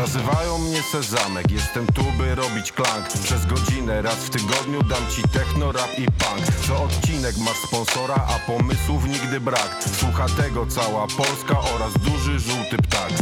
Nazywają mnie Sezamek, jestem tu by robić klank. Przez godzinę raz w tygodniu dam ci techno, rap i punk. Co odcinek masz sponsora, a pomysłów nigdy brak. Słucha tego cała Polska oraz duży żółty ptak.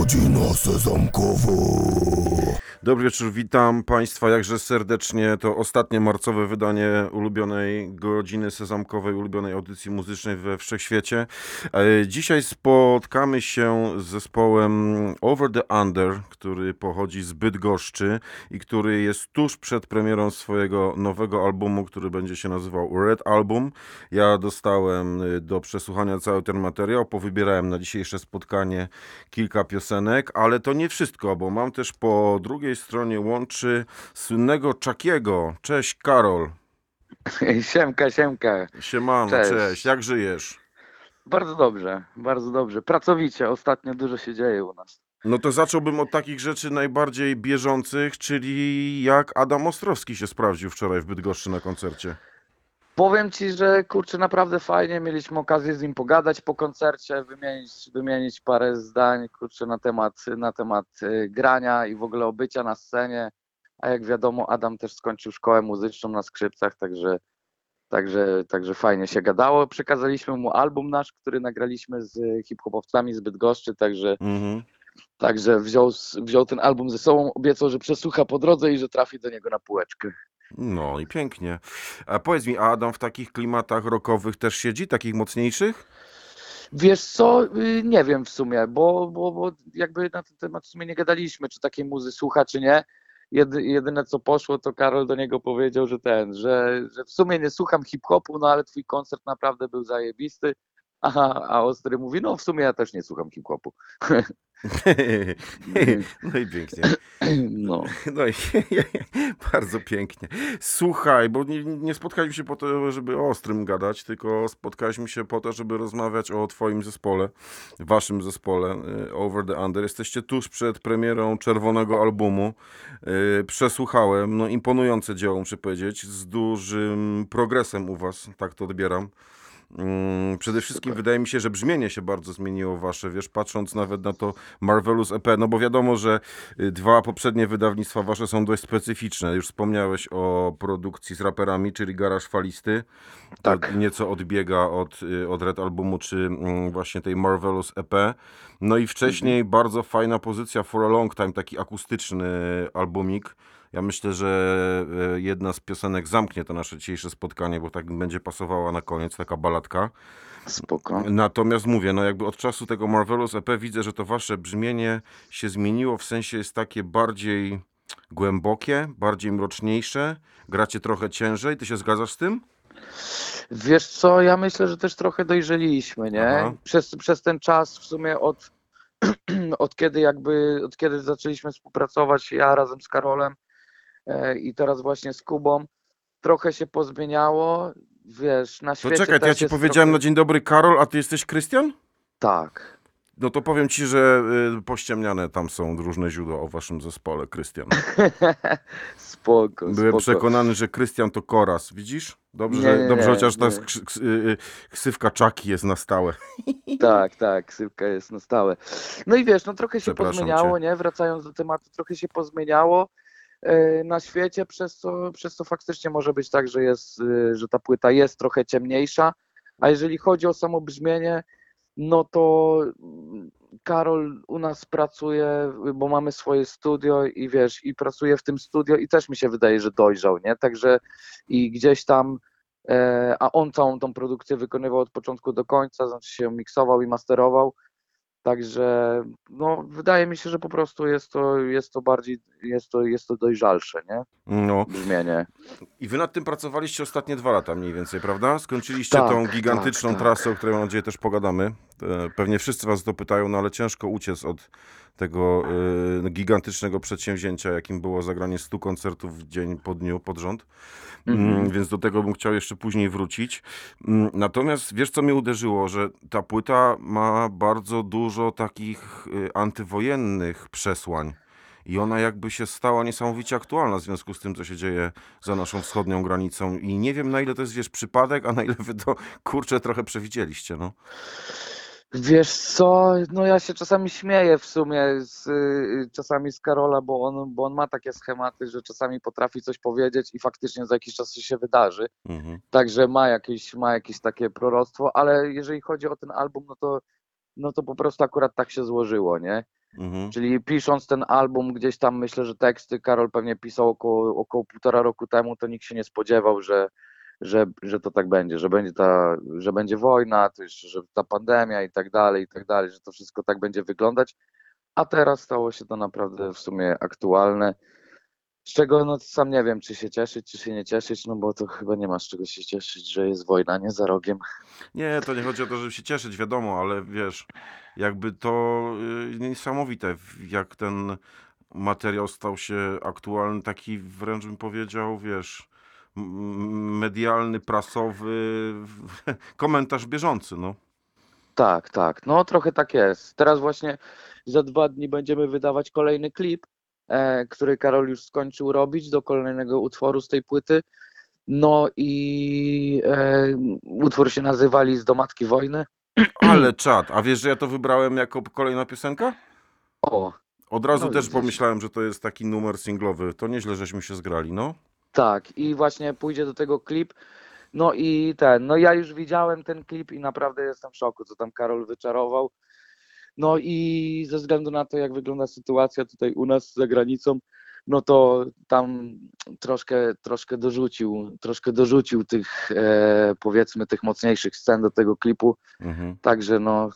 Godzina sezamkowa. Dobry wieczór, witam Państwa jakże serdecznie. To ostatnie marcowe wydanie ulubionej godziny sezamkowej, ulubionej audycji muzycznej we wszechświecie. Dzisiaj spotkamy się z zespołem Over the Under, który pochodzi z Bydgoszczy i który jest tuż przed premierą swojego nowego albumu, który będzie się nazywał Red Album. Ja dostałem do przesłuchania cały ten materiał, powybierałem na dzisiejsze spotkanie kilka piosenek, ale to nie wszystko, bo mam też po drugiej stronie łączy słynnego Chuckiego. Cześć, Karol. Siemka, siemka. Siemano, cześć. Jak żyjesz? Bardzo dobrze, bardzo dobrze. Pracowicie, ostatnio dużo się dzieje u nas. No to zacząłbym od takich rzeczy najbardziej bieżących, czyli jak Adam Ostrowski się sprawdził wczoraj w Bydgoszczy na koncercie. Powiem ci, że kurczę, naprawdę fajnie. Mieliśmy okazję z nim pogadać po koncercie, wymienić parę zdań, kurczę, na temat grania i w ogóle obycia na scenie. A jak wiadomo, Adam też skończył szkołę muzyczną na skrzypcach, także fajnie się gadało. Przekazaliśmy mu album nasz, który nagraliśmy z hip-hopowcami z Bydgoszczy, także wziął ten album ze sobą, obiecał, że przesłucha po drodze i że trafi do niego na półeczkę. No i pięknie. A powiedz mi, a Adam w takich klimatach rockowych też siedzi, takich mocniejszych? Wiesz co, nie wiem w sumie, bo jakby na ten temat w sumie nie gadaliśmy, czy takiej muzy słucha, czy nie. Jedyne co poszło, to Karol do niego powiedział, że w sumie nie słucham hip-hopu, no ale twój koncert naprawdę był zajebisty. A Ostry mówi, no w sumie ja też nie słucham hip-hopu. No i pięknie. No. No i bardzo pięknie. Słuchaj, bo nie spotkaliśmy się po to, żeby o Ostrym gadać, tylko spotkaliśmy się po to, żeby rozmawiać o twoim zespole, waszym zespole Over the Under. Jesteście tuż przed premierą czerwonego albumu. Przesłuchałem, no imponujące dzieło, muszę powiedzieć, z dużym progresem u was, tak to odbieram. Przede wszystkim wydaje mi się, że brzmienie się bardzo zmieniło wasze, wiesz, patrząc nawet na to Marvelous EP, no bo wiadomo, że dwa poprzednie wydawnictwa wasze są dość specyficzne. Już wspomniałeś o produkcji z raperami, czyli Garaż Falisty. To Tak. nieco odbiega od Red Albumu, czy właśnie tej Marvelous EP. No i wcześniej bardzo fajna pozycja For a Long Time, taki akustyczny albumik. Ja myślę, że jedna z piosenek zamknie to nasze dzisiejsze spotkanie, bo tak będzie pasowała na koniec, taka baladka. Spoko. Natomiast mówię, no jakby od czasu tego Marvelous EP widzę, że to wasze brzmienie się zmieniło, w sensie jest takie bardziej głębokie, bardziej mroczniejsze, gracie trochę ciężej. Ty się zgadzasz z tym? Wiesz co, ja myślę, że też trochę dojrzeliśmy, nie? Aha. Przez ten czas w sumie od kiedy zaczęliśmy współpracować, ja razem z Karolem i teraz właśnie z Kubą, trochę się pozmieniało, wiesz, na To świecie czekaj, to ja też ci jest powiedziałem na trochę... dzień dobry Karol, a ty jesteś Krystian? Tak. No to powiem ci, że pościemniane tam są różne źródła o waszym zespole, Krystian. Spoko, Byłem spoko. przekonany, że Krystian to Koras, widzisz? Dobrze, Nie, dobrze chociaż ta nie. ksywka Chucky jest na stałe. Tak, ksywka jest na stałe. No i wiesz, no trochę się Przepraszam pozmieniało, cię. nie? Wracając do tematu, trochę się pozmieniało na świecie, przez co faktycznie może być tak, że ta płyta jest trochę ciemniejsza, a jeżeli chodzi o samo brzmienie, no to Karol u nas pracuje, bo mamy swoje studio i wiesz, i pracuje w tym studio i też mi się wydaje, że dojrzał, nie? Także i gdzieś tam, a on całą tą produkcję wykonywał od początku do końca, znaczy się miksował i masterował. Także no, wydaje mi się, że po prostu jest to bardziej, jest to dojrzalsze, nie? No. Brzmienie. I wy nad tym pracowaliście ostatnie 2 lata mniej więcej, prawda? Skończyliście tą gigantyczną trasę, o której mam nadzieję też pogadamy. Pewnie wszyscy was dopytają, no ale ciężko uciec od tego gigantycznego przedsięwzięcia, jakim było zagranie 100 koncertów dzień po dniu, pod rząd. Więc do tego bym chciał jeszcze później wrócić. Natomiast wiesz, co mnie uderzyło, że ta płyta ma bardzo dużo takich antywojennych przesłań. I ona jakby się stała niesamowicie aktualna w związku z tym, co się dzieje za naszą wschodnią granicą. I nie wiem, na ile to jest, wiesz, przypadek, a na ile wy to, kurczę, trochę przewidzieliście, no. Wiesz co, no ja się czasami śmieję w sumie czasami z Karola, bo on ma takie schematy, że czasami potrafi coś powiedzieć i faktycznie za jakiś czas coś się wydarzy. Także ma jakieś takie proroctwo, ale jeżeli chodzi o ten album, no to po prostu akurat tak się złożyło, nie? Mhm. Czyli pisząc ten album, gdzieś tam myślę, że teksty Karol pewnie pisał około 1,5 roku temu, to nikt się nie spodziewał, że to tak będzie, że będzie wojna, to jeszcze, że ta pandemia i tak dalej, że to wszystko tak będzie wyglądać. A teraz stało się to naprawdę w sumie aktualne. Z czego no sam nie wiem, czy się cieszyć, czy się nie cieszyć, no bo to chyba nie ma z czego się cieszyć, że jest wojna, nie za rogiem. Nie, to nie chodzi o to, żeby się cieszyć, wiadomo, ale wiesz, jakby to niesamowite, jak ten materiał stał się aktualny, taki wręcz bym powiedział, wiesz, medialny, prasowy, komentarz bieżący, no. Tak, tak, no trochę tak jest. Teraz właśnie za 2 dni będziemy wydawać kolejny klip, który Karol już skończył robić do kolejnego utworu z tej płyty. No i utwór się nazywa List do Matki Wojny. Ale czad, a wiesz, że ja to wybrałem jako kolejna piosenka? O, Od razu no też widzisz. pomyślałem, że to jest taki numer singlowy. To nieźle, żeśmy się zgrali, no. Tak, i właśnie pójdzie do tego klip. No ja już widziałem ten klip i naprawdę jestem w szoku, co tam Karol wyczarował. No i ze względu na to, jak wygląda sytuacja tutaj u nas za granicą, no to tam troszkę dorzucił tych, powiedzmy, tych mocniejszych scen do tego klipu. Mhm. Także no,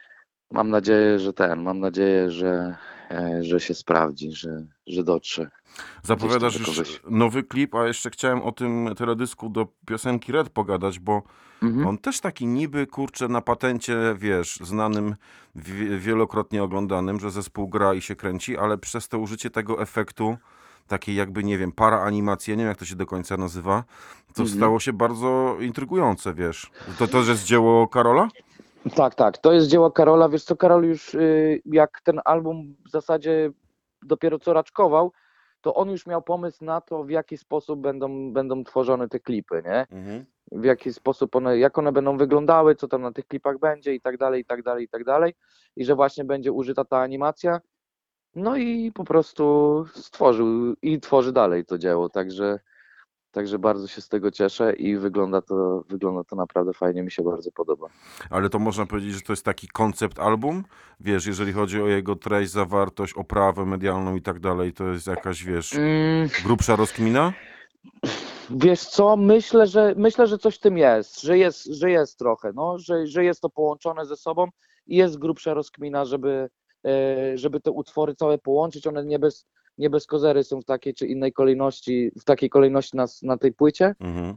mam nadzieję, że się sprawdzi, że dotrze. Zapowiadasz Gdzieś tam do już kogoś. nowy klip, a jeszcze chciałem o tym teledysku do piosenki Red pogadać, bo Mhm. on też taki niby, kurczę, na patencie, wiesz, znanym, wielokrotnie oglądanym, że zespół gra i się kręci, ale przez to użycie tego efektu, takiej jakby, nie wiem, paraanimacji, nie wiem jak to się do końca nazywa, to stało się bardzo intrygujące, wiesz. To jest dzieło Karola? Tak, tak. To jest dzieło Karola. Wiesz co, Karol już jak ten album w zasadzie dopiero co raczkował, to on już miał pomysł na to, w jaki sposób będą tworzone te klipy, nie? Mhm. W jaki sposób jak one będą wyglądały, co tam na tych klipach będzie i tak dalej, i tak dalej, i tak dalej. I że właśnie będzie użyta ta animacja. No i po prostu stworzył i tworzy dalej to dzieło. Także bardzo się z tego cieszę i wygląda to naprawdę fajnie, mi się bardzo podoba. Ale to można powiedzieć, że to jest taki koncept album, wiesz, jeżeli chodzi o jego treść, zawartość, oprawę medialną i tak dalej, to jest jakaś, wiesz, grubsza rozkmina? Wiesz co, myślę, że coś w tym jest, że jest trochę, no, że jest to połączone ze sobą i jest grubsza rozkmina, żeby te utwory całe połączyć, one nie bez kozery są w takiej czy innej kolejności, w takiej kolejności na tej płycie. Mhm.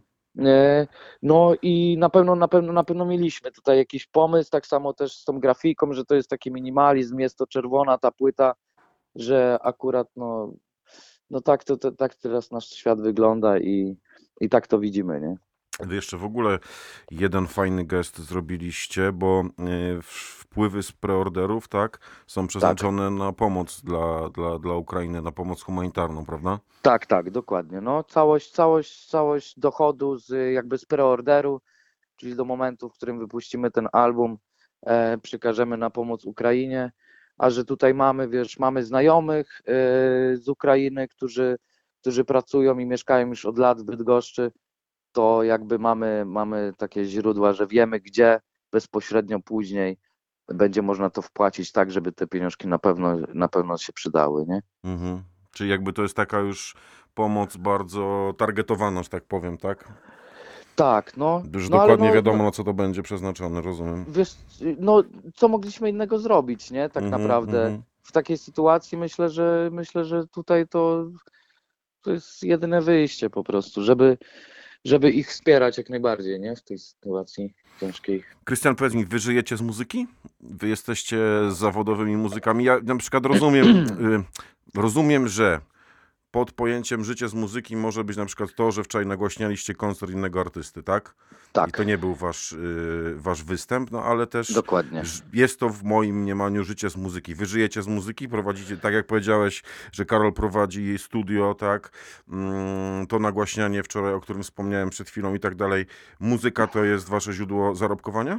No i na pewno mieliśmy tutaj jakiś pomysł, tak samo też z tą grafiką, że to jest taki minimalizm, jest to czerwona ta płyta, że akurat no tak teraz nasz świat wygląda i tak to widzimy, nie? Wy jeszcze w ogóle jeden fajny gest zrobiliście, bo wpływy z preorderów, tak, są przeznaczone na pomoc dla Ukrainy, na pomoc humanitarną, prawda? Tak, dokładnie. No, całość dochodu jakby z preorderu, czyli do momentu, w którym wypuścimy ten album, przekażemy na pomoc Ukrainie, a że tutaj mamy znajomych z Ukrainy, którzy pracują i mieszkają już od lat w Bydgoszczy, to jakby mamy takie źródła, że wiemy, gdzie bezpośrednio później będzie można to wpłacić tak, żeby te pieniążki na pewno się przydały, nie? Mhm. Czyli jakby to jest taka już pomoc bardzo targetowana, że tak powiem, tak? Tak, no. Już No ale dokładnie wiadomo, na co to będzie przeznaczone, rozumiem. wiesz, no co mogliśmy innego zrobić, nie? Tak Mhm, naprawdę. mhm. W takiej sytuacji myślę, że tutaj to jest jedyne wyjście po prostu, żeby ich wspierać jak najbardziej, nie? W tej sytuacji ciężkiej. Krystian, powiedz mi, wy żyjecie z muzyki? Wy jesteście zawodowymi muzykami? Ja na przykład rozumiem, że pod pojęciem życie z muzyki może być na przykład to, że wczoraj nagłaśnialiście koncert innego artysty, tak? I Tak, to nie był wasz występ, no ale też dokładnie. jest to w moim mniemaniu życie z muzyki. Wy żyjecie z muzyki, prowadzicie, tak jak powiedziałeś, że Karol prowadzi studio, tak? To nagłaśnianie wczoraj, o którym wspomniałem przed chwilą i tak dalej. Muzyka to jest wasze źródło zarobkowania?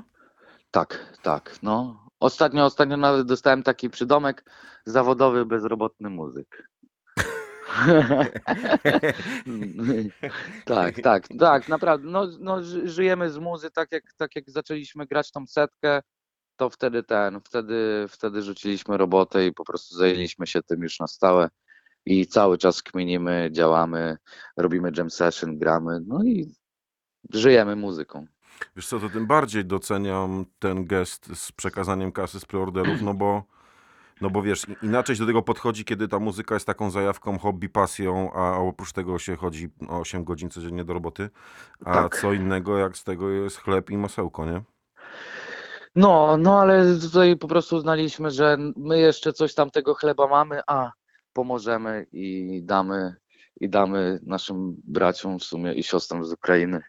Tak, no. Ostatnio nawet dostałem taki przydomek: zawodowy bezrobotny muzyk. Tak, naprawdę. No, żyjemy z muzy, tak jak zaczęliśmy grać tą setkę, to wtedy rzuciliśmy robotę i po prostu zajęliśmy się tym już na stałe i cały czas kminimy, działamy, robimy jam session, gramy, no i żyjemy muzyką. Wiesz co, to tym bardziej doceniam ten gest z przekazaniem kasy z preorderów, no bo wiesz, inaczej się do tego podchodzi, kiedy ta muzyka jest taką zajawką, hobby, pasją, a oprócz tego się chodzi 8 godzin codziennie do roboty, a Tak. co innego jak z tego jest chleb i masełko, nie? No, ale tutaj po prostu uznaliśmy, że my jeszcze coś tam tego chleba mamy, a pomożemy i damy naszym braciom w sumie i siostrom z Ukrainy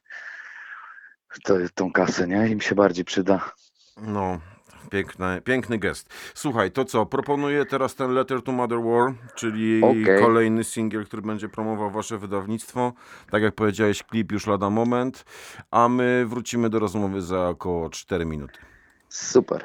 tą kasę, nie? Im się bardziej przyda. No, piękny gest. Słuchaj, to co, proponuję teraz ten Letter to Mother War, czyli Okej. kolejny singiel, który będzie promował wasze wydawnictwo. Tak jak powiedziałeś, klip już lada moment, a my wrócimy do rozmowy za około 4 minuty. Super.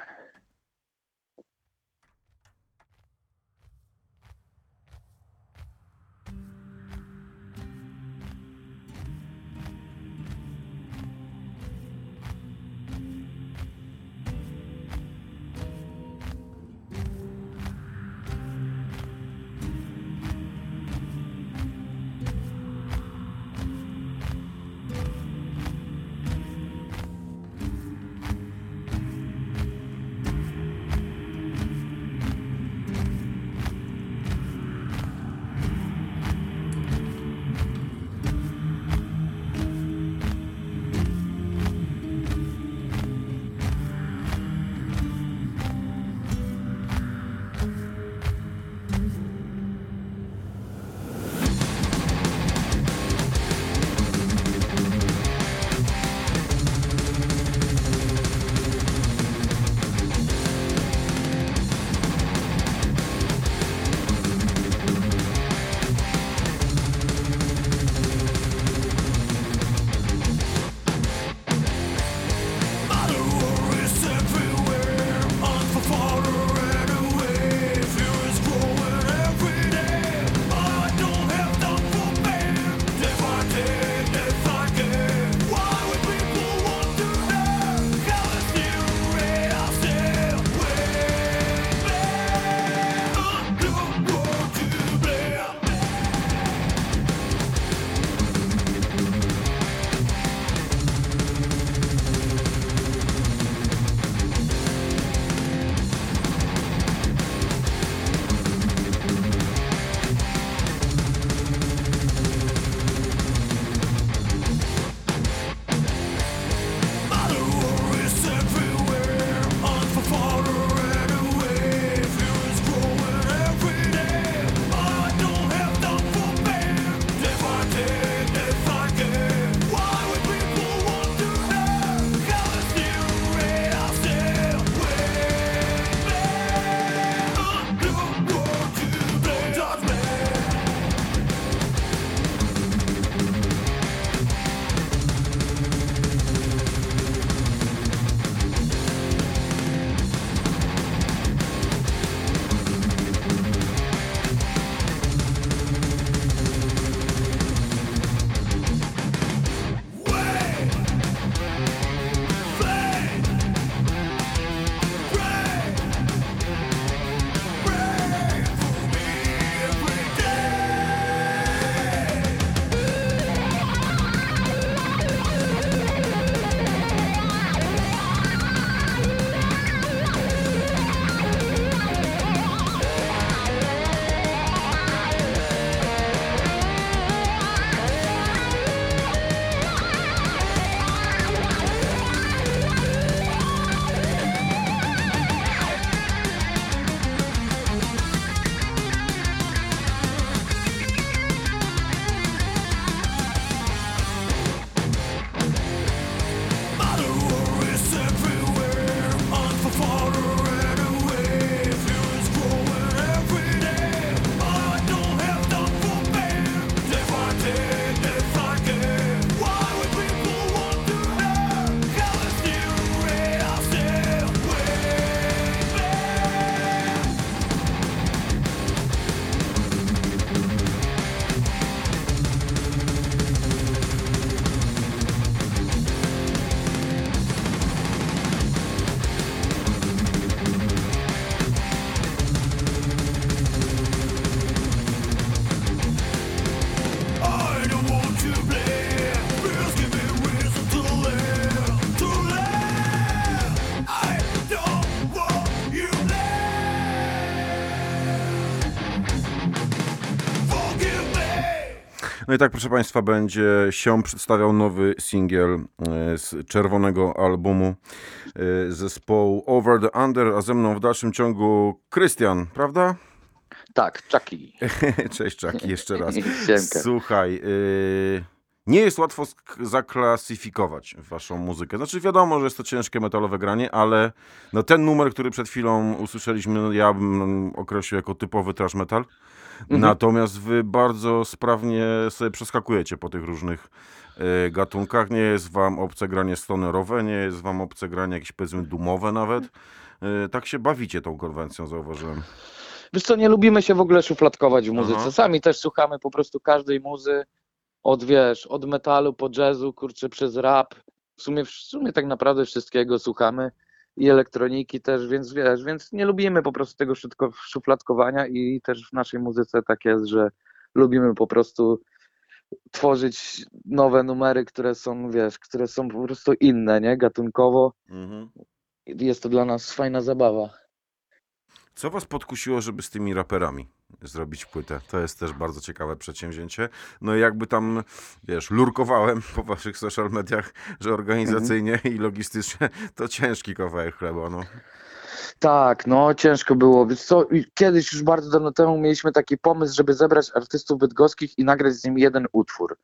No i tak, proszę Państwa, będzie Siom przedstawiał nowy singiel z czerwonego albumu zespołu Over the Under, a ze mną w dalszym ciągu Krystian, prawda? Tak, Chucky. Cześć Czaki, jeszcze raz. Siemka. Słuchaj, nie jest łatwo zaklasyfikować waszą muzykę. Znaczy wiadomo, że jest to ciężkie metalowe granie, ale no ten numer, który przed chwilą usłyszeliśmy, no ja bym określił jako typowy thrash metal. Natomiast wy bardzo sprawnie sobie przeskakujecie po tych różnych gatunkach. Nie jest wam obce granie stonerowe, nie jest wam obce granie jakieś, powiedzmy, doomowe nawet. Tak się bawicie tą konwencją, zauważyłem. Wiesz co, nie lubimy się w ogóle szufladkować w muzyce. Aha. Sami też słuchamy po prostu każdej muzy, od metalu po jazzu, kurczę, przez rap. W sumie tak naprawdę wszystkiego słuchamy i elektroniki też, więc wiesz, więc nie lubimy po prostu tego szufladkowania i też w naszej muzyce tak jest, że lubimy po prostu tworzyć nowe numery, które są, wiesz, które są po prostu inne, nie? Gatunkowo. Mhm. Jest to dla nas fajna zabawa. Co was podkusiło, żeby z tymi raperami zrobić płytę? To jest też bardzo ciekawe przedsięwzięcie. No i jakby tam, wiesz, lurkowałem po waszych social mediach, że organizacyjnie i logistycznie to ciężki kawałek chleba, no. Tak, no ciężko było. Wiesz co, kiedyś już bardzo dawno temu mieliśmy taki pomysł, żeby zebrać artystów bydgoskich i nagrać z nimi jeden utwór.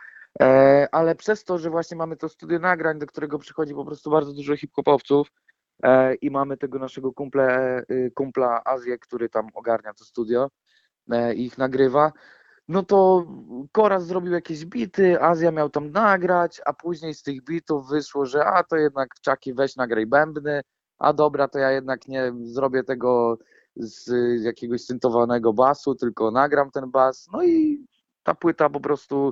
Ale przez to, że właśnie mamy to studio nagrań, do którego przychodzi po prostu bardzo dużo hip-hopowców i mamy tego naszego kumpla Azję, który tam ogarnia to studio i ich nagrywa, no to Koraz zrobił jakieś bity, Azja miał tam nagrać, a później z tych bitów wyszło, że a to jednak Chucky weź nagraj bębny, a dobra, to ja jednak nie zrobię tego z jakiegoś syntowanego basu, tylko nagram ten bas, no i ta płyta po prostu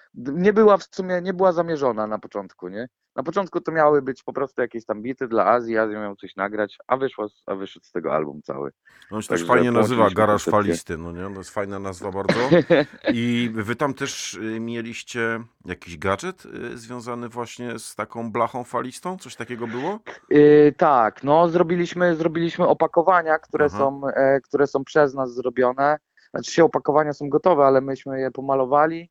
nie była zamierzona na początku, nie? Na początku to miały być po prostu jakieś tam bity dla Azji, Azja miał coś nagrać, a wyszedł z tego album cały. On się też Także fajnie nazywa, połączyliśmy Garaż koncepcje. Falisty, no nie? To jest fajna nazwa bardzo. I wy tam też mieliście jakiś gadżet związany właśnie z taką blachą falistą? Coś takiego było? Tak, no zrobiliśmy opakowania, Aha. które są przez nas zrobione. Znaczy się opakowania są gotowe, ale myśmy je pomalowali,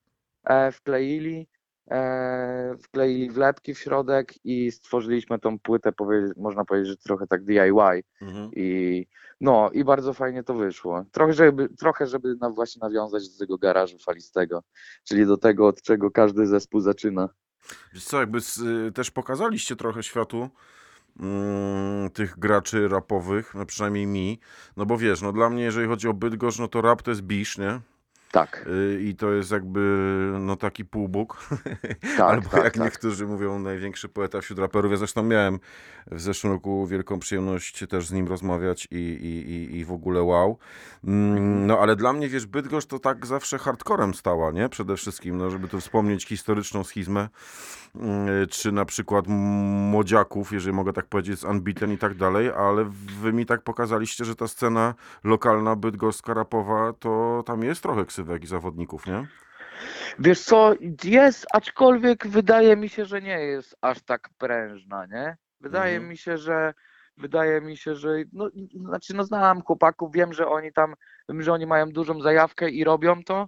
wkleili wlepki w środek i stworzyliśmy tą płytę, można powiedzieć, że trochę tak DIY. Mhm. I bardzo fajnie to wyszło. Trochę, żeby właśnie nawiązać do tego garażu falistego, czyli do tego, od czego każdy zespół zaczyna. Wiesz co, jakby też pokazaliście trochę światu tych graczy rapowych, no przynajmniej mi, no bo wiesz, no dla mnie, jeżeli chodzi o Bydgoszcz, no to rap to jest bisz, nie? Tak, I to jest jakby no taki półbóg, tak, albo tak, jak tak. niektórzy mówią, największy poeta wśród raperów. Ja zresztą miałem w zeszłym roku wielką przyjemność też z nim rozmawiać i w ogóle wow. No ale dla mnie, wiesz, Bydgoszcz to tak zawsze hardcorem stała, nie? Przede wszystkim, no żeby tu wspomnieć historyczną schizmę, czy na przykład młodziaków, jeżeli mogę tak powiedzieć, z Unbeaten i tak dalej, ale wy mi tak pokazaliście, że ta scena lokalna, bydgoska, rapowa, to tam jest trochę ksywek i zawodników, nie? Wiesz co, jest, aczkolwiek wydaje mi się, że nie jest aż tak prężna, nie? Mhm. Wydaje mi się, że no, znaczy no znam chłopaków, wiem, że oni mają dużą zajawkę i robią to,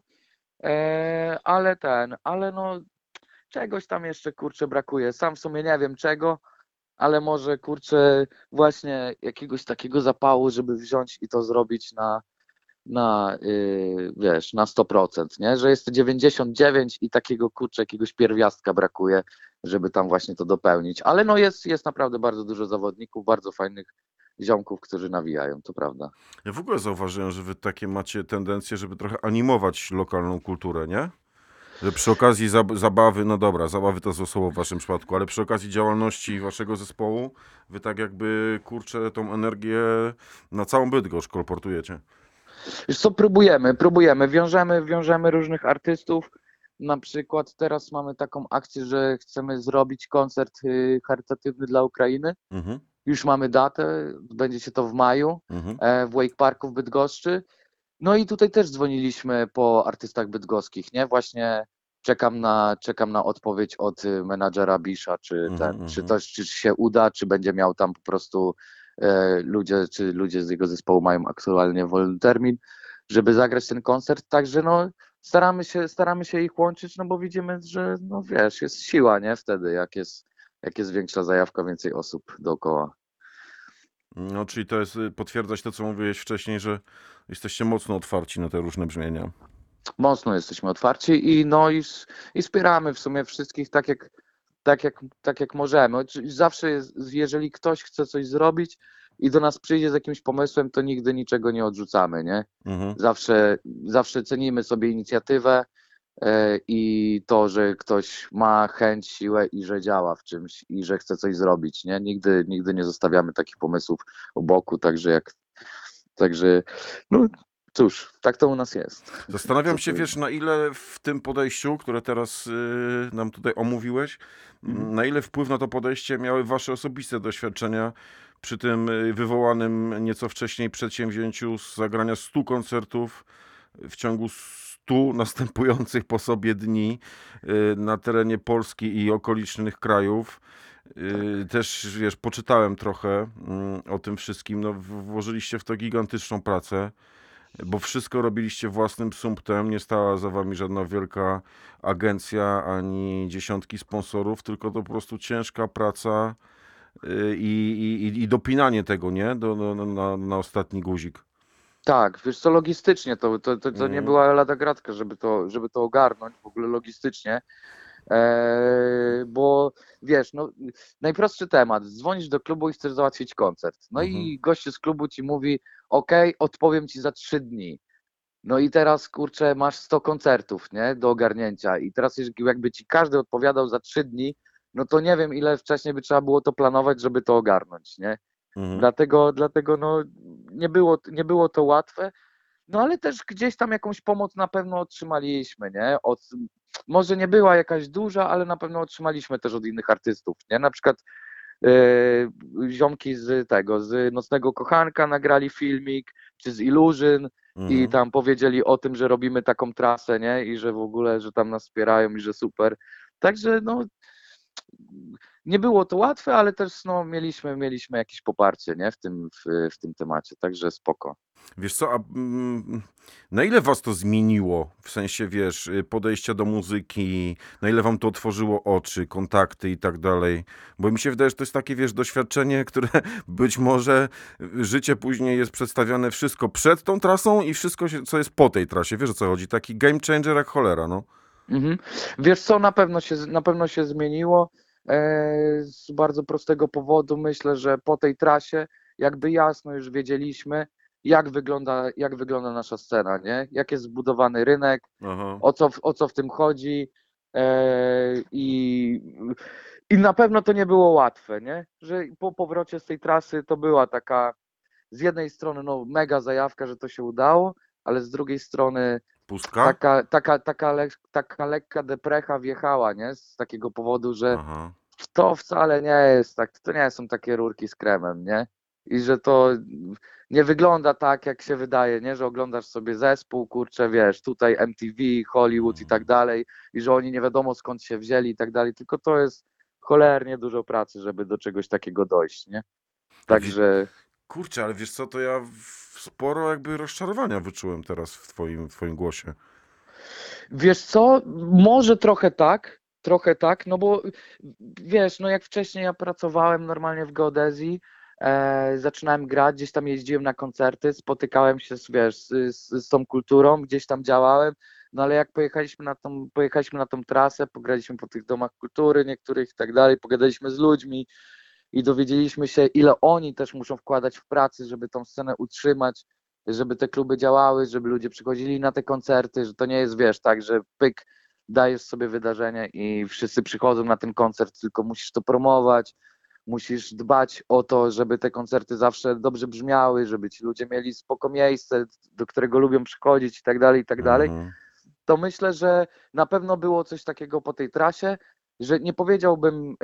ale no czegoś tam jeszcze kurczę brakuje. Sam w sumie nie wiem czego, ale może kurczę właśnie jakiegoś takiego zapału, żeby wziąć i to zrobić wiesz, na 100%, nie? Że jest 99 i takiego kurczę jakiegoś pierwiastka brakuje, żeby tam właśnie to dopełnić. Ale no jest naprawdę bardzo dużo zawodników, bardzo fajnych ziomków, którzy nawijają, to prawda. Ja w ogóle zauważyłem, że wy takie macie tendencję, żeby trochę animować lokalną kulturę, nie? Że przy okazji zabawy, no dobra, zabawy to złe słowo w waszym przypadku, ale przy okazji działalności waszego zespołu, wy tak jakby, kurczę, tą energię na całą Bydgoszcz kolportujecie. Wiesz co, próbujemy, wiążemy różnych artystów. Na przykład teraz mamy taką akcję, że chcemy zrobić koncert charytatywny dla Ukrainy. Mhm, Już mamy datę, będzie się to w maju mhm. w Wake Parku w Bydgoszczy. No i tutaj też dzwoniliśmy po artystach bydgoskich, nie? Właśnie czekam na odpowiedź od menadżera Bisza, czy się uda, czy będzie miał tam po prostu ludzie z jego zespołu mają aktualnie wolny termin, żeby zagrać ten koncert. Także no staramy się ich łączyć, no bo widzimy, że no wiesz, jest siła, nie? Wtedy, jak jest większa zajawka, więcej osób dookoła. No, czyli to jest potwierdzać to, co mówiłeś wcześniej, że jesteście mocno otwarci na te różne brzmienia. Mocno jesteśmy otwarci i no i wspieramy w sumie wszystkich tak jak możemy. Zawsze jest, jeżeli ktoś chce coś zrobić i do nas przyjdzie z jakimś pomysłem, to nigdy niczego nie odrzucamy, nie? Mhm. Zawsze cenimy sobie inicjatywę i to, że ktoś ma chęć, siłę i że działa w czymś i że chce coś zrobić, nie? Nigdy nie zostawiamy takich pomysłów u boku, także no cóż, tak to u nas jest. Zastanawiam Co się, tu- wiesz, na ile w tym podejściu, które teraz nam tutaj omówiłeś, na ile wpływ na to podejście miały wasze osobiste doświadczenia przy tym wywołanym nieco wcześniej przedsięwzięciu z zagrania 100 koncertów w ciągu 100 następujących po sobie dni na terenie Polski i okolicznych krajów. Też, wiesz, poczytałem trochę o tym wszystkim. No, włożyliście w to gigantyczną pracę, bo wszystko robiliście własnym sumptem, nie stała za wami żadna wielka agencja ani dziesiątki sponsorów, tylko to po prostu ciężka praca i dopinanie tego, nie? Na ostatni guzik. Tak, wiesz co, logistycznie to nie Mhm. była lada gratka, żeby to ogarnąć w ogóle logistycznie, bo wiesz, no najprostszy temat, dzwonisz do klubu i chcesz załatwić koncert, no Mhm. i gościu z klubu ci mówi, okej, odpowiem ci za 3 dni. No i teraz, kurczę, masz 100 koncertów, nie, do ogarnięcia i teraz jakby ci każdy odpowiadał za 3 dni, no to nie wiem, ile wcześniej by trzeba było to planować, żeby to ogarnąć, nie? Mhm. Dlatego no, nie było to łatwe, no ale też gdzieś tam jakąś pomoc na pewno otrzymaliśmy, nie? Może nie była jakaś duża, ale na pewno otrzymaliśmy też od innych artystów, nie? Na przykład ziomki z Nocnego Kochanka nagrali filmik, czy z Illusion i Mhm. tam powiedzieli o tym, że robimy taką trasę, nie? I że w ogóle, że tam nas wspierają i że super. Także no, nie było to łatwe, ale też no, mieliśmy jakieś poparcie, nie? W tym temacie, także spoko. Wiesz co, na ile was to zmieniło? W sensie, wiesz, podejścia do muzyki, na ile wam to otworzyło oczy, kontakty i tak dalej? Bo mi się wydaje, że to jest takie, wiesz, doświadczenie, które być może życie później jest przedstawiane wszystko przed tą trasą i wszystko, co jest po tej trasie. Wiesz, o co chodzi? Taki game changer jak cholera, no. Mhm. Wiesz co, na pewno się zmieniło. Z bardzo prostego powodu myślę, że po tej trasie jakby jasno już wiedzieliśmy, jak wygląda nasza scena, nie? Jak jest zbudowany rynek, Aha. o co w tym chodzi. I, I na pewno to nie było łatwe, nie? Że po powrocie z tej trasy to była taka z jednej strony no, mega zajawka, że to się udało, ale z drugiej strony Pustka? taka lekka deprecha wjechała, nie? Z takiego powodu, że Aha. to wcale nie jest tak, to nie są takie rurki z kremem, nie? I że to nie wygląda tak, jak się wydaje, nie? Że oglądasz sobie zespół, kurczę, wiesz, tutaj MTV, Hollywood i tak dalej, i że oni nie wiadomo skąd się wzięli i tak dalej, tylko to jest cholernie dużo pracy, żeby do czegoś takiego dojść, nie? A Także kurczę, ale wiesz co, to ja sporo jakby rozczarowania wyczułem teraz w twoim głosie. wiesz co, może trochę tak, no bo wiesz, no jak wcześniej ja pracowałem normalnie w geodezji, zaczynałem grać, gdzieś tam jeździłem na koncerty, spotykałem się z tą kulturą, gdzieś tam działałem, no ale jak pojechaliśmy na tą trasę, pograliśmy po tych domach kultury niektórych i tak dalej, pogadaliśmy z ludźmi i dowiedzieliśmy się, ile oni też muszą wkładać w pracy, żeby tą scenę utrzymać, żeby te kluby działały, żeby ludzie przychodzili na te koncerty, że to nie jest, wiesz, tak, że pyk, dajesz sobie wydarzenie i wszyscy przychodzą na ten koncert, tylko musisz to promować, musisz dbać o to, żeby te koncerty zawsze dobrze brzmiały, żeby ci ludzie mieli spoko miejsce, do którego lubią przychodzić i tak dalej, i tak dalej. Mhm. To myślę, że na pewno było coś takiego po tej trasie, że nie powiedziałbym,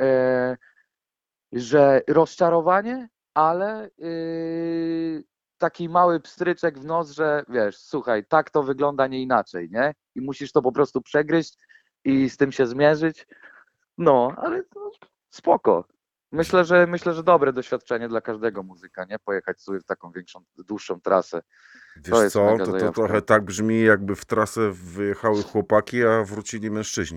że rozczarowanie, ale taki mały pstryczek w nos, że wiesz, słuchaj, tak to wygląda, nie inaczej, nie? I musisz to po prostu przegryźć i z tym się zmierzyć. No, ale to spoko. Myślę, że dobre doświadczenie dla każdego muzyka, nie? Pojechać sobie w taką większą, dłuższą trasę. Wiesz jest co, mega to zajawka. trochę tak brzmi, jakby w trasę wyjechały chłopaki, a wrócili mężczyźni.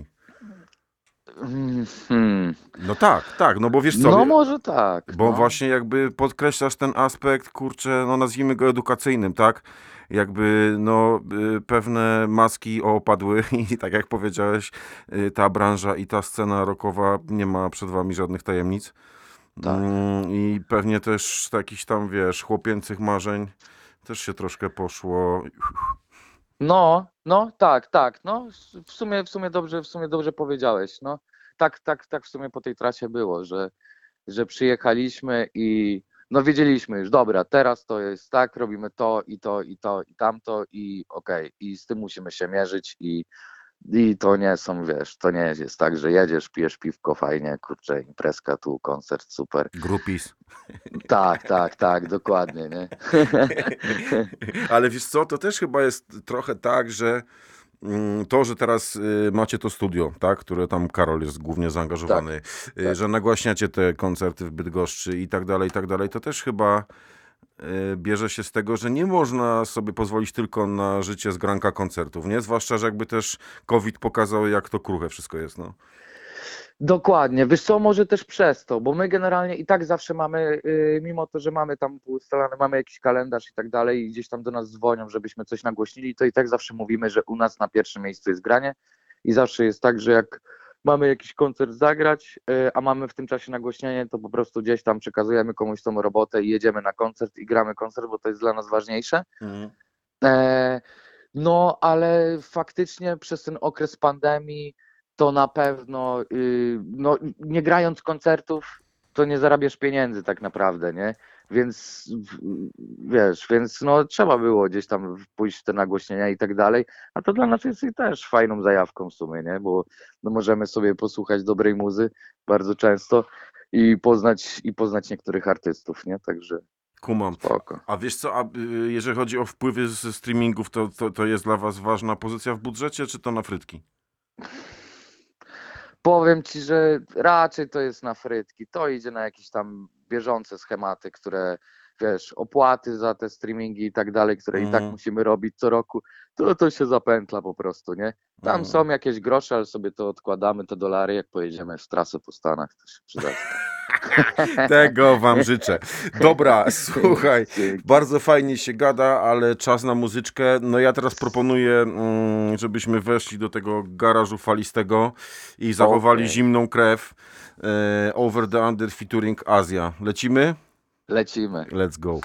No tak, no bo wiesz co, No może tak. bo no. właśnie jakby podkreślasz ten aspekt, kurczę, no nazwijmy go edukacyjnym, tak? Jakby no pewne maski opadły i tak jak powiedziałeś, ta branża i ta scena rockowa nie ma przed wami żadnych tajemnic. Tak. I pewnie też jakichś tam, wiesz, chłopięcych marzeń też się troszkę poszło. No, tak, no w sumie dobrze powiedziałeś, no. Tak w sumie po tej trasie było, że przyjechaliśmy i no wiedzieliśmy już, dobra, teraz to jest tak, robimy to i to i to i tamto i okej, i z tym musimy się mierzyć i to nie są, wiesz, to nie jest tak, że jedziesz, pijesz piwko, fajnie, kurczę, imprezka tu, koncert, super. Groupies. Tak, dokładnie, nie? Ale wiesz co, to też chyba jest trochę tak, że to, że teraz macie to studio, tak, które tam Karol jest głównie zaangażowany, tak. że nagłaśniacie te koncerty w Bydgoszczy i tak dalej, to też chyba bierze się z tego, że nie można sobie pozwolić tylko na życie z granka koncertów, nie? Zwłaszcza, że jakby też COVID pokazał, jak to kruche wszystko jest, no. Dokładnie, wiesz co, może też przez to, bo my generalnie i tak zawsze mamy, mimo to, że mamy tam ustalane, mamy jakiś kalendarz i tak dalej i gdzieś tam do nas dzwonią, żebyśmy coś nagłośnili, to i tak zawsze mówimy, że u nas na pierwszym miejscu jest granie i zawsze jest tak, że jak mamy jakiś koncert zagrać, a mamy w tym czasie nagłośnienie, to po prostu gdzieś tam przekazujemy komuś tą robotę i jedziemy na koncert i gramy koncert, bo to jest dla nas ważniejsze. No, ale faktycznie przez ten okres pandemii to na pewno, no nie grając koncertów, to nie zarabiasz pieniędzy tak naprawdę, nie? Więc wiesz, no trzeba było gdzieś tam pójść w te nagłośnienia i tak dalej, a to dla nas jest i też fajną zajawką w sumie, nie? Bo no, możemy sobie posłuchać dobrej muzy bardzo często i poznać niektórych artystów, nie? Także Kumam. spoko. A wiesz co, jeżeli chodzi o wpływy ze streamingów, to jest dla was ważna pozycja w budżecie, czy to na frytki? Powiem ci, że raczej to jest na frytki. To idzie na jakieś tam bieżące schematy, które, wiesz, opłaty za te streamingi i tak dalej, które i tak musimy robić co roku, to się zapętla po prostu, nie? Tam są jakieś grosze, ale sobie to odkładamy, te dolary, jak pojedziemy w trasę po Stanach, to się przyda. Tego wam życzę. Dobra, słuchaj, bardzo fajnie się gada, ale czas na muzyczkę. No ja teraz proponuję, żebyśmy weszli do tego garażu falistego i zachowali zimną krew. Over the Under featuring Azja. Lecimy? Lecimy. Let's go.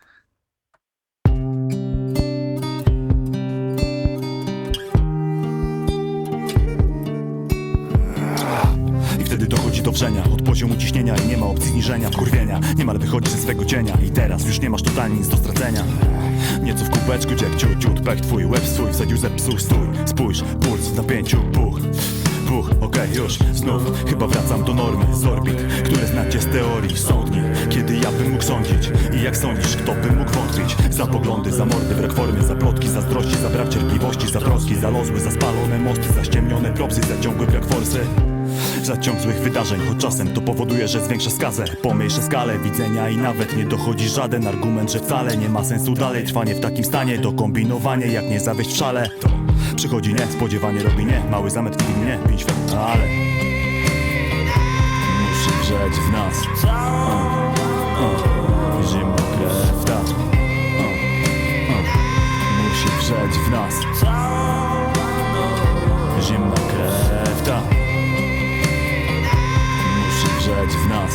I wtedy dochodzi do wrzenia od poziomu ciśnienia i nie ma opcji zniżenia, wkurwienia. Niemal wychodzi ze swego cienia i teraz już nie masz totalnie nic do stracenia. Nieco w kubeczku, ciek ciut, pech twój, łeb swój, wsadził zepsuł stój. Spójrz, puls w napięciu, puch, okej, już, znów chyba wracam do normy z orbit, które znacie z teorii. Sądnik, kiedy ja bym mógł sądzić i jak sądzisz, kto by mógł wątpić? Za poglądy, za mordy, brak formy, za plotki, zazdrości, za brak cierpliwości, za troski, za losły, za spalone mosty, za ściemnione propsy, za ciągły brak forsy, za ciąg złych wydarzeń, choć czasem to powoduje, że zwiększa skazę, pomniejsza skalę widzenia i nawet nie dochodzi żaden argument, że wcale nie ma sensu dalej trwanie w takim stanie, to kombinowanie, jak nie zawieść w szale. To przychodzi niespodziewanie, robi nie, mały zamet kiwi mnie, pięć świat, ale musi grzeć w nas zimna krew, ta musi grzeć w nas zimna krew, ta musi grzeć w nas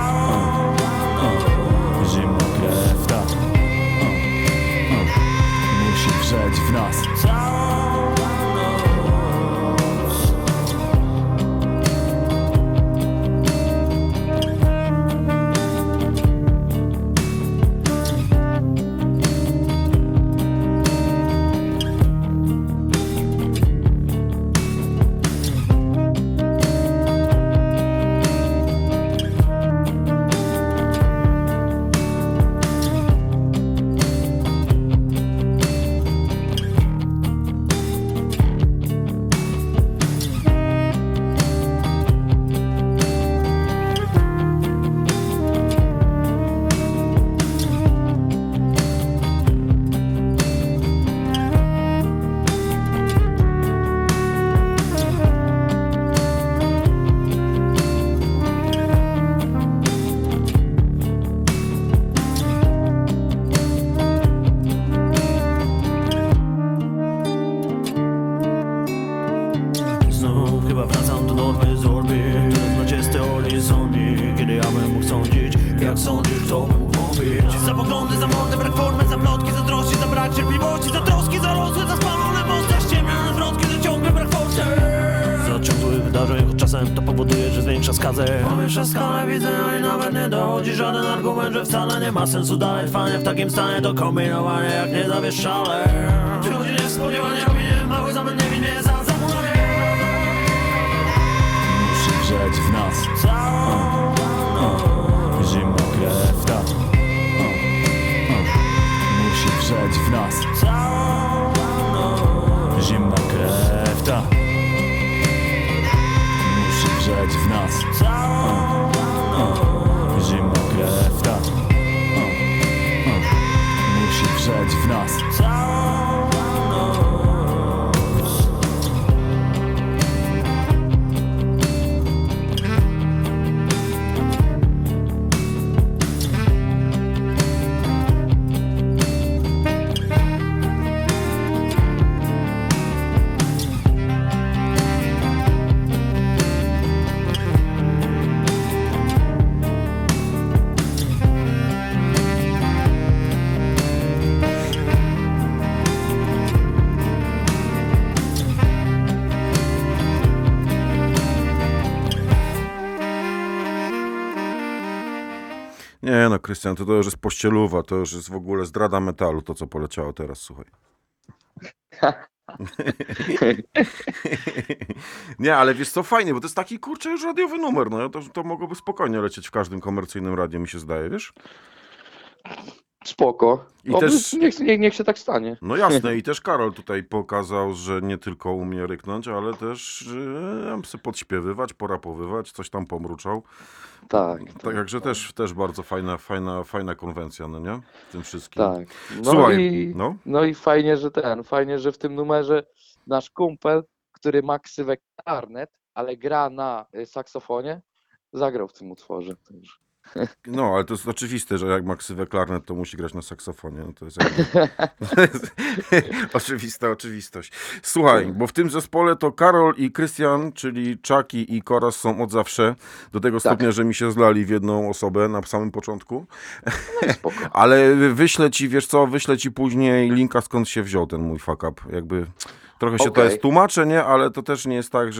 zimna krew, ta musi grzeć w nas. jak sądzisz, co bym mógł mówić? Za poglądy, za mordę, brak formy, za plotki, za troski, za brak cierpliwości, za troski, za rosły, za spalone mosty, ściemnione zwrotki, za ciągły brak forcy. Za ciągły wydarzeń, choć czasem to powoduje, że zwiększa skazę. Pomiesza skalę widzenia i nawet nie dochodzi żaden argument, że wcale nie ma sensu dalej trwanie w takim stanie. To kombinowanie jak nie zawieszczale. Przychodzi niespodziewanie, ominie, mały zamęt nie winie za zamówienie. Musi grzeć w nas zimna krew, tak. Musi grzeć w nas zimna krew, tak. Musi grzeć w nas zimna krew, tak. Musi grzeć w nas. Nie no, Krystian, to już jest pościeluwa, to już jest w ogóle zdrada metalu, to co poleciało teraz, słuchaj. Nie, ale wiesz co, fajnie, bo to jest taki, kurczę, już radiowy numer, no to mogłoby spokojnie lecieć w każdym komercyjnym radiu, mi się zdaje, wiesz? Spoko. I Oby, też- niech się tak stanie. No jasne, i też Karol tutaj pokazał, że nie tylko umie ryknąć, ale też sobie podśpiewywać, porapowywać, coś tam pomruczał. Tak. Także też bardzo fajna konwencja, no nie? W tym wszystkim. Tak. No Słuchaj, i, no. no i fajnie, że w tym numerze nasz kumpel, który ma ksywę Klarnet, ale gra na saksofonie, zagrał w tym utworze. Także. No, ale to jest oczywiste, że jak ma ksywę klarnet, to musi grać na saksofonie. No to jest jakby... to jest oczywista oczywistość. Słuchaj, bo w tym zespole to Karol i Krystian, czyli Chucky i Koraz są od zawsze. Do tego stopnia, że mi się zlali w jedną osobę na samym początku. No i spoko. Ale wyślę ci, wiesz co, wyślę ci później linka, skąd się wziął ten mój fuck up. Jakby trochę się to Okej. jest tłumaczę, nie? Ale to też nie jest tak,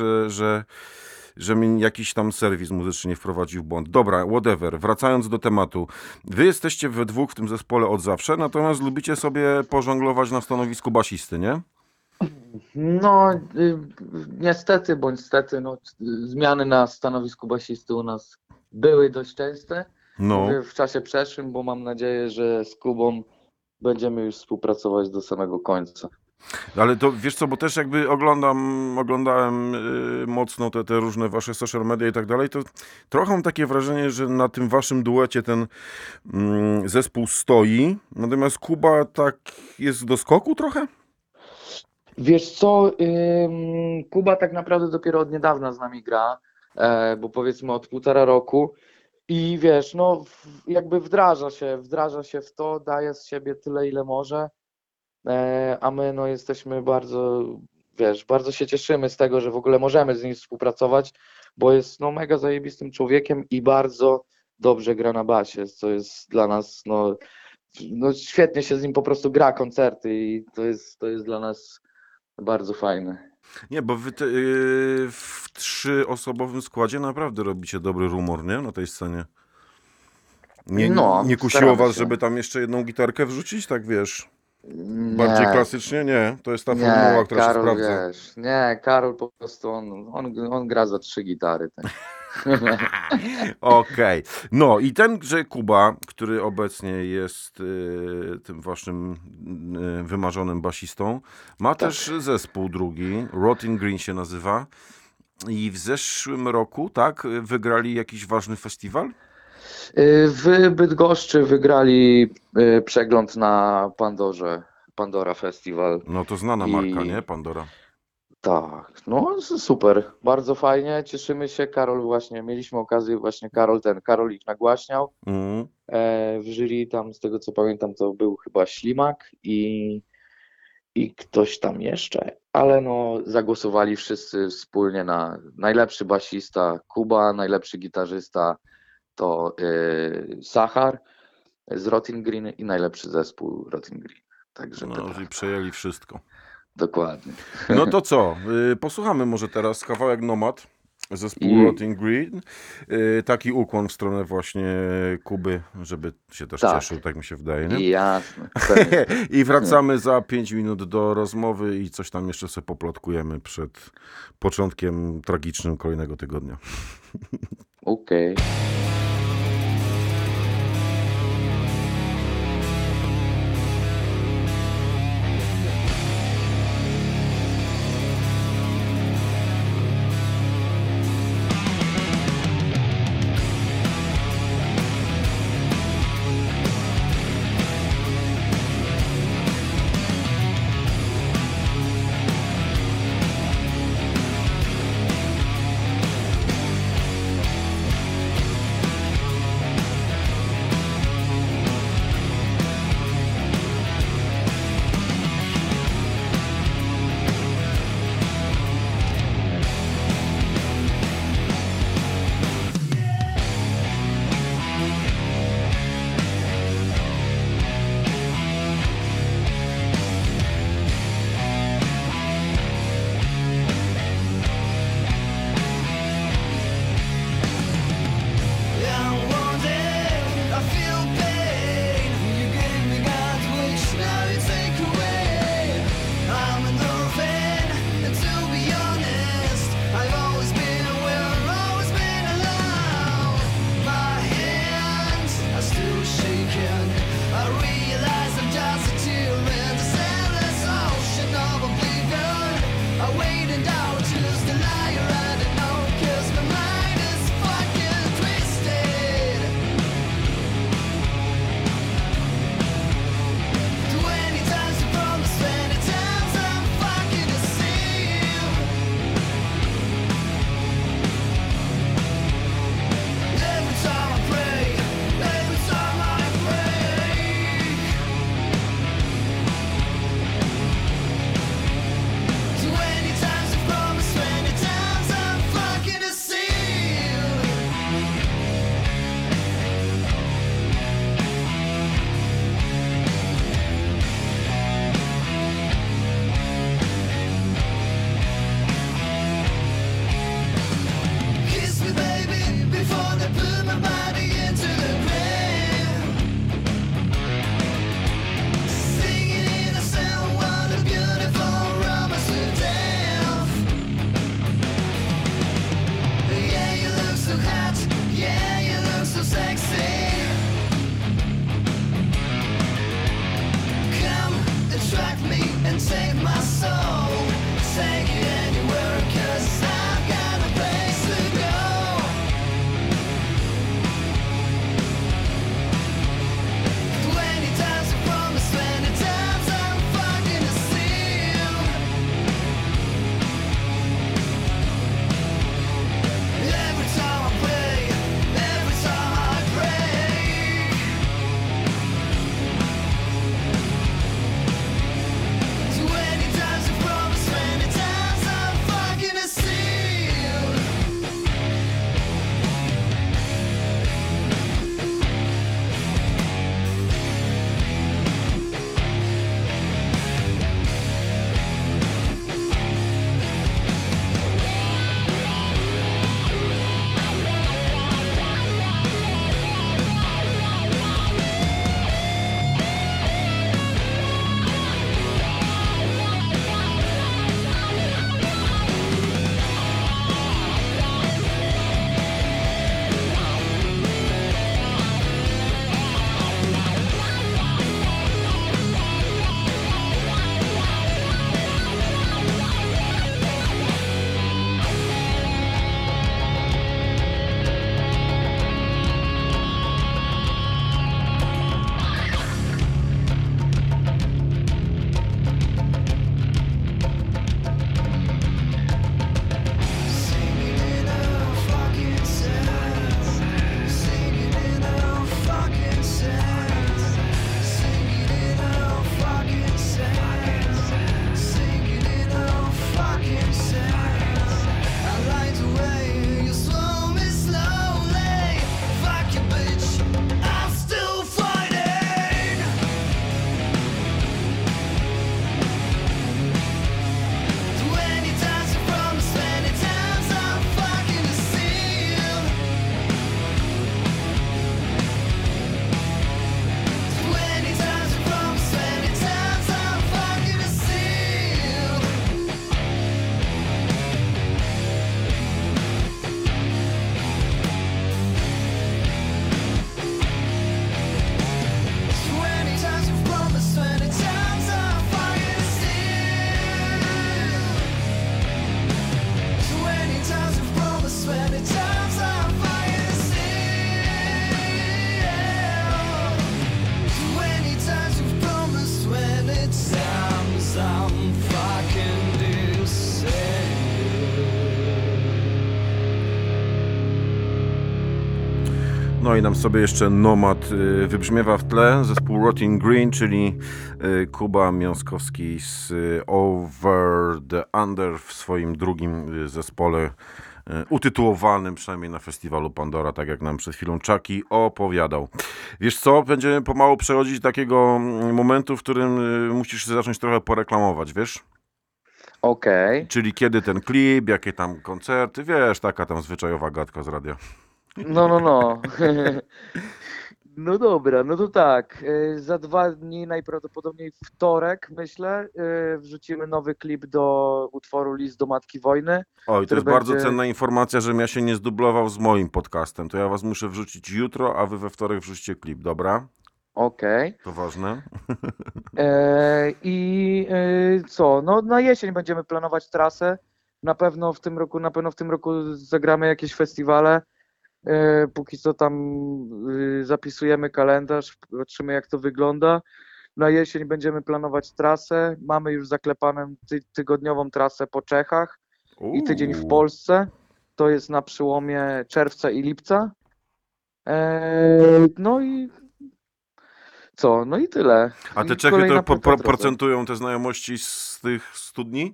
że mi jakiś tam serwis muzyczny nie wprowadził w błąd. Dobra, whatever. Wracając do tematu. Wy jesteście we dwóch w tym zespole od zawsze, natomiast lubicie sobie pożonglować na stanowisku basisty, nie? No, niestety bądź stety, no, zmiany na stanowisku basisty u nas były dość częste. No. Mówię w czasie przeszłym, bo mam nadzieję, że z Kubą będziemy już współpracować do samego końca. Ale to wiesz co, bo też jakby oglądałem mocno te różne wasze social media i tak dalej, to trochę mam takie wrażenie, że na tym waszym duecie ten zespół stoi, natomiast Kuba tak jest do skoku trochę? Wiesz co, Kuba tak naprawdę dopiero od niedawna z nami gra, bo powiedzmy od 1,5 roku i wiesz, no jakby wdraża się w to, daje z siebie tyle, ile może, a my no jesteśmy bardzo, wiesz, bardzo się cieszymy z tego, że w ogóle możemy z nim współpracować, bo jest no mega zajebistym człowiekiem i bardzo dobrze gra na basie, co jest dla nas, no świetnie się z nim po prostu gra koncerty i to jest dla nas bardzo fajne. Nie, bo wy w 3-osobowym składzie naprawdę robicie dobry rumor, nie? Na tej scenie. No, Nie kusiło staramy was, się. żeby tam jeszcze jedną gitarkę wrzucić, tak wiesz? Bardziej Nie, klasycznie? Nie, to jest ta formuła, która się Karol, sprawdza. wiesz, nie, Karol po prostu, on gra za 3 gitary. Tak. Okej. No i tenże Kuba, który obecnie jest tym waszym wymarzonym basistą, ma też zespół drugi, Rotting Green się nazywa. I w zeszłym roku, tak, wygrali jakiś ważny festiwal? W Bydgoszczy wygrali przegląd na Pandorze, Pandora Festival. No to znana I- marka, nie? Pandora. Tak, no super, bardzo fajnie, cieszymy się, Karol właśnie, mieliśmy okazję właśnie, Karol ich nagłaśniał, Mhm. w jury tam, z tego co pamiętam, to był chyba Ślimak i ktoś tam jeszcze, ale no zagłosowali wszyscy wspólnie na najlepszy basista Kuba, najlepszy gitarzysta to Sachar z Rotting Green i najlepszy zespół Rotting Green. Także No, to czyli tak, przejęli wszystko. dokładnie. No to co? Posłuchamy może teraz kawałek Nomad, zespół I- Rotting Green. Taki ukłon w stronę właśnie Kuby, żeby się też Tak. cieszył, tak mi się wydaje, nie? Jasne. Pewnie. I wracamy za 5 minut do rozmowy i coś tam jeszcze sobie poplotkujemy przed początkiem tragicznym kolejnego tygodnia. Okej. No i nam sobie jeszcze Nomad wybrzmiewa w tle, zespół Rotting Green, czyli Kuba Miąskowski z Over the Under w swoim drugim zespole utytułowanym, przynajmniej na festiwalu Pandora, tak jak nam przed chwilą Chucky opowiadał. Wiesz co, będziemy pomału przechodzić do takiego momentu, w którym musisz się zacząć trochę poreklamować, wiesz? Okej. Czyli kiedy ten klip, jakie tam koncerty, wiesz, taka tam zwyczajowa gadka z radia. No. No dobra, no to tak. Za 2 dni, najprawdopodobniej wtorek, myślę, wrzucimy nowy klip do utworu List do Matki Wojny. Oj, to który jest bardzo będzie- cenna informacja, żebym ja się nie zdublował z moim podcastem. To ja was muszę wrzucić jutro, a wy we wtorek wrzucicie klip, dobra? Okej. To ważne. Co? No na jesień będziemy planować trasę. Na pewno w tym roku zagramy jakieś festiwale. Póki co tam zapisujemy kalendarz, patrzymy jak to wygląda. Na jesień będziemy planować trasę. Mamy już zaklepaną tygodniową trasę po Czechach i tydzień w Polsce. To jest na przełomie czerwca i lipca. No i co? No i tyle. A te I Czechy kolejna to płyta trochę. procentują te znajomości z tych studni?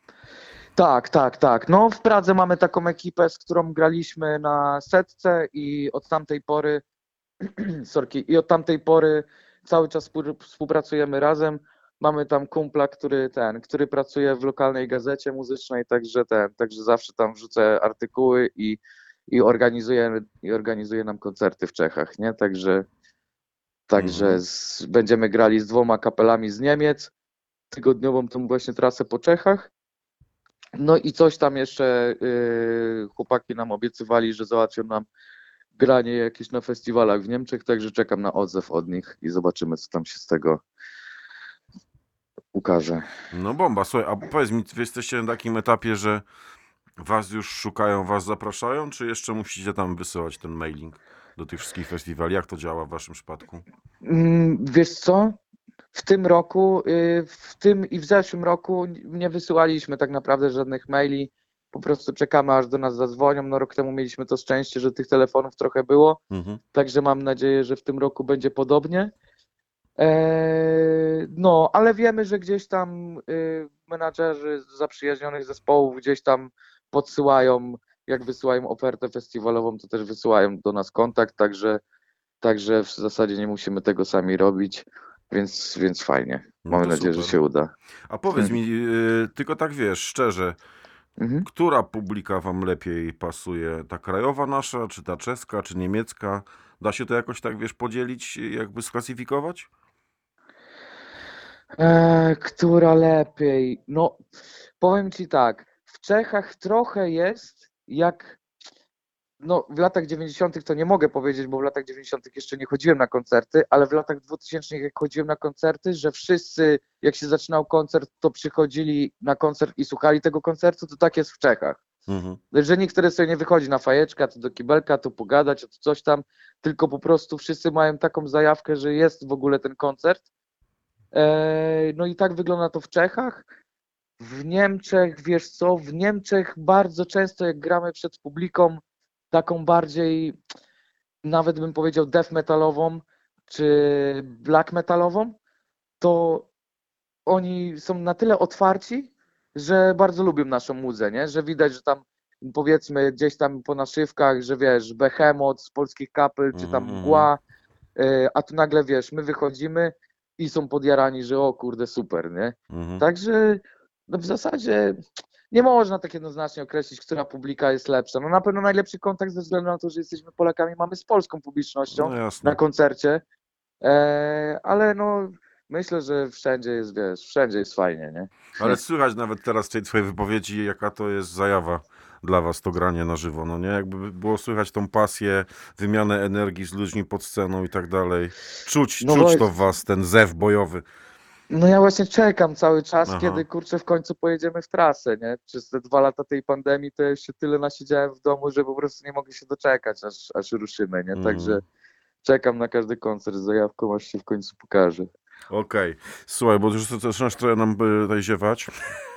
Tak. No w Pradze mamy taką ekipę, z którą graliśmy na setce i od tamtej pory od tamtej pory cały czas współpracujemy razem. Mamy tam kumpla, który pracuje w lokalnej gazecie muzycznej, także zawsze tam wrzucę artykuły i organizuje nam koncerty w Czechach, nie? Także będziemy grali z 2 kapelami z Niemiec, tygodniową tą właśnie trasę po Czechach. No i coś tam jeszcze chłopaki nam obiecywali, że załatwią nam granie jakieś na festiwalach w Niemczech, także czekam na odzew od nich i zobaczymy, co tam się z tego ukaże. No bomba, słuchaj, a powiedz mi, wy jesteście na takim etapie, że was już szukają, was zapraszają, czy jeszcze musicie tam wysyłać ten mailing do tych wszystkich festiwali? Jak to działa w waszym przypadku? Wiesz co? W tym roku, w tym i w zeszłym roku nie wysyłaliśmy tak naprawdę żadnych maili. Po prostu czekamy, aż do nas zadzwonią. No rok temu mieliśmy to szczęście, że tych telefonów trochę było. Także mam nadzieję, że w tym roku będzie podobnie. No, ale wiemy, że gdzieś tam menadżerzy zaprzyjaźnionych zespołów gdzieś tam podsyłają, jak wysyłają ofertę festiwalową, to też wysyłają do nas kontakt, także w zasadzie nie musimy tego sami robić, więc fajnie. No Mamy to nadzieję, że super. się uda. A powiedz mi, tylko tak wiesz, szczerze, Mhm. która publika wam lepiej pasuje? Ta krajowa nasza, czy ta czeska, czy niemiecka? Da się to jakoś tak, wiesz, podzielić, jakby sklasyfikować? Która lepiej? No, powiem ci tak, w Czechach trochę jest jak, no w latach 90. to nie mogę powiedzieć, bo w latach 90. jeszcze nie chodziłem na koncerty, ale w latach 2000 jak chodziłem na koncerty, że wszyscy jak się zaczynał koncert, to przychodzili na koncert i słuchali tego koncertu, to tak jest w Czechach. Że nikt wtedy sobie nie wychodzi na fajeczka, to do kibelka, to pogadać, to coś tam, tylko po prostu wszyscy mają taką zajawkę, że jest w ogóle ten koncert. No i tak wygląda to w Czechach. W Niemczech, wiesz co, w Niemczech bardzo często jak gramy przed publiką taką bardziej, nawet bym powiedział death metalową, czy black metalową, to oni są na tyle otwarci, że bardzo lubią naszą muzę, nie? Że widać, że tam powiedzmy gdzieś tam po naszywkach, że wiesz, Behemoth z polskich kapel, czy tam Mgła, a tu nagle wiesz, my wychodzimy i są podjarani, że o kurde, super, nie? Także no w zasadzie nie można tak jednoznacznie określić, która publika jest lepsza. No na pewno najlepszy kontakt ze względu na to, że jesteśmy Polakami, mamy z polską publicznością No jasne. na koncercie, ale no myślę, że wszędzie jest, wiesz, wszędzie jest fajnie, nie? Ale słychać nawet teraz w tej twojej wypowiedzi, jaka to jest zajawa dla was, to granie na żywo, no nie? Jakby było słychać tą pasję, wymianę energii z ludźmi pod sceną i tak dalej. Czuć No to właśnie. w was, ten zew bojowy. No ja właśnie czekam cały czas, Aha. kiedy kurczę w końcu pojedziemy w trasę, nie? Przez te 2 lata tej pandemii to ja już się tyle nasiedziałem w domu, że po prostu nie mogę się doczekać, aż ruszymy, nie? Także czekam na każdy koncert z zajawką, aż się w końcu pokaże. Okej. Słuchaj, bo już zaczynasz trochę nam tutaj ziewać.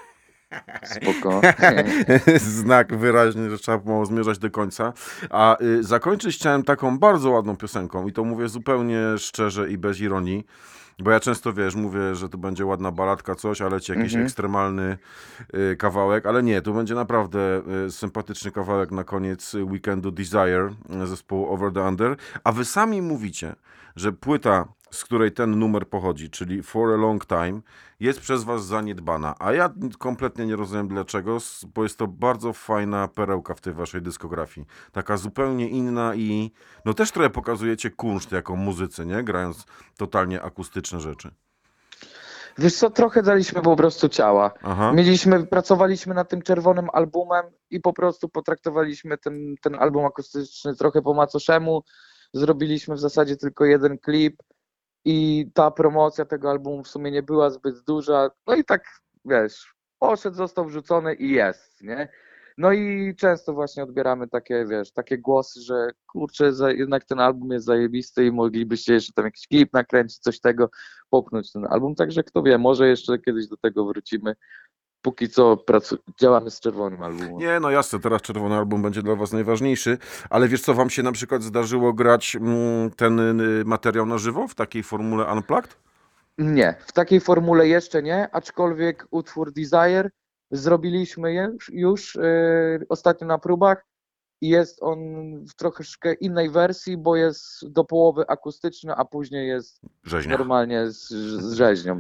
Spoko. Znak wyraźny, że trzeba pomału zmierzać do końca. A zakończyć chciałem taką bardzo ładną piosenką i to mówię zupełnie szczerze i bez ironii, bo ja często, wiesz, mówię, że to będzie ładna baladka, coś, ale ci jakiś ekstremalny kawałek, ale nie, tu będzie naprawdę sympatyczny kawałek na koniec weekendu Desire zespołu Over the Under, a wy sami mówicie, że płyta, z której ten numer pochodzi, czyli For a Long Time, jest przez was zaniedbana, a ja kompletnie nie rozumiem dlaczego, bo jest to bardzo fajna perełka w tej waszej dyskografii. Taka zupełnie inna i no też trochę pokazujecie kunszt jako muzycy, nie? Grając totalnie akustyczne rzeczy. Wiesz co, trochę daliśmy po prostu ciała. Aha. Pracowaliśmy nad tym czerwonym albumem i po prostu potraktowaliśmy ten album akustyczny trochę po macoszemu. Zrobiliśmy w zasadzie tylko jeden klip i ta promocja tego albumu w sumie nie była zbyt duża. No i tak, wiesz, poszedł, został wrzucony i jest, nie? No i często właśnie odbieramy takie, wiesz, takie głosy, że kurczę, jednak ten album jest zajebisty i moglibyście jeszcze tam jakiś klip nakręcić, coś tego, popchnąć ten album. Także kto wie, może jeszcze kiedyś do tego wrócimy. Póki co działamy z czerwonym albumem. Nie, no jasne, teraz czerwony album będzie dla was najważniejszy, ale wiesz co, wam się na przykład zdarzyło grać ten materiał na żywo w takiej formule Unplugged? Nie, w takiej formule jeszcze nie, aczkolwiek utwór Desire zrobiliśmy już ostatnio na próbach i jest on w troszkę innej wersji, bo jest do połowy akustyczny, a później jest Rzeźnia. normalnie z rzeźnią,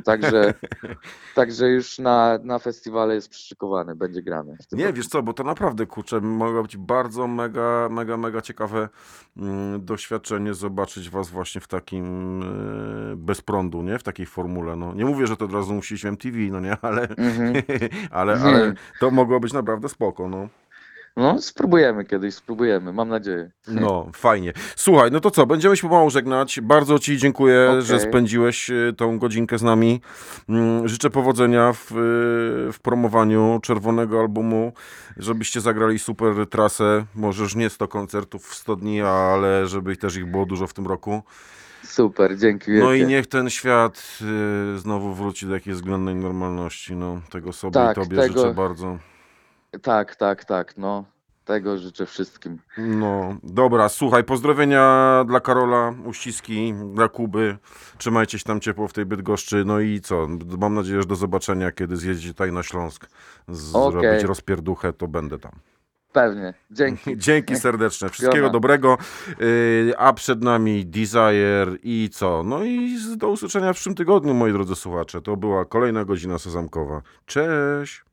także już na festiwale jest przyszykowany, będzie grany. w tym Nie, roku. wiesz co, bo to naprawdę, kurczę, mogło być bardzo mega ciekawe doświadczenie zobaczyć was właśnie w takim bez prądu, nie? W takiej formule, no. Nie mówię, że to od razu musi iść w MTV, no nie? Ale, ale to mogło być naprawdę spoko, no. No, spróbujemy kiedyś, mam nadzieję. No, fajnie. Słuchaj, no to co, będziemy się pomału żegnać. Bardzo ci dziękuję, Okej. że spędziłeś tą godzinkę z nami. Życzę powodzenia w promowaniu czerwonego albumu, żebyście zagrali super trasę. Możesz nie 100 koncertów w 100 dni, ale żeby też ich było dużo w tym roku. Super, dzięki No i wielkie. niech ten świat znowu wróci do jakiejś względnej normalności. No, tego sobie Tak, i tobie tego- życzę bardzo. Tak, no. Tego życzę wszystkim. No, dobra, słuchaj, pozdrowienia dla Karola, uściski dla Kuby, trzymajcie się tam ciepło w tej Bydgoszczy, no i co, mam nadzieję, że do zobaczenia, kiedy zjedziecie tutaj na Śląsk, zrobić Okej. rozpierduchę, to będę tam. Pewnie. Dzięki. Dzięki serdeczne, wszystkiego Piona. dobrego, a przed nami Desire i co, no i do usłyszenia w przyszłym tygodniu, moi drodzy słuchacze, to była kolejna godzina sezamkowa, cześć!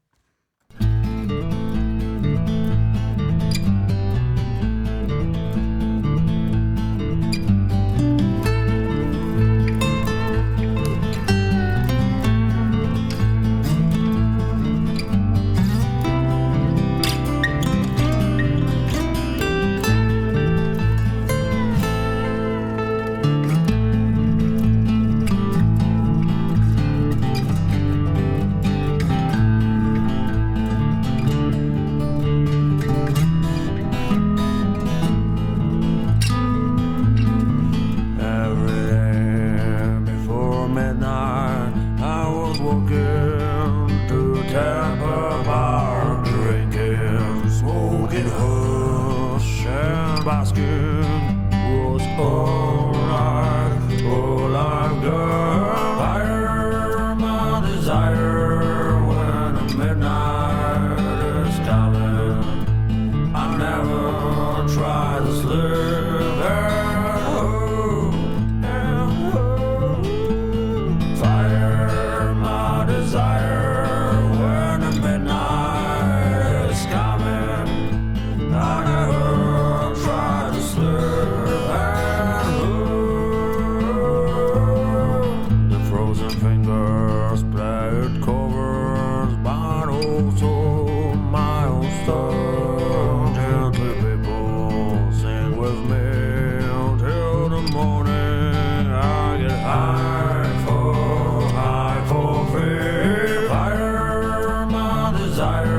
Every day before midnight, I was walking to Tampa Bar, drinking, smoking hush and basking was all I've done. Fire my desire when the midnight is coming. I never try to sleep. Fire my desire when the midnight is coming. I never try to sleep. The frozen fingers played covers, but also my own stuff. Gently people sing with me until the morning. I get high for free. Fire my desire.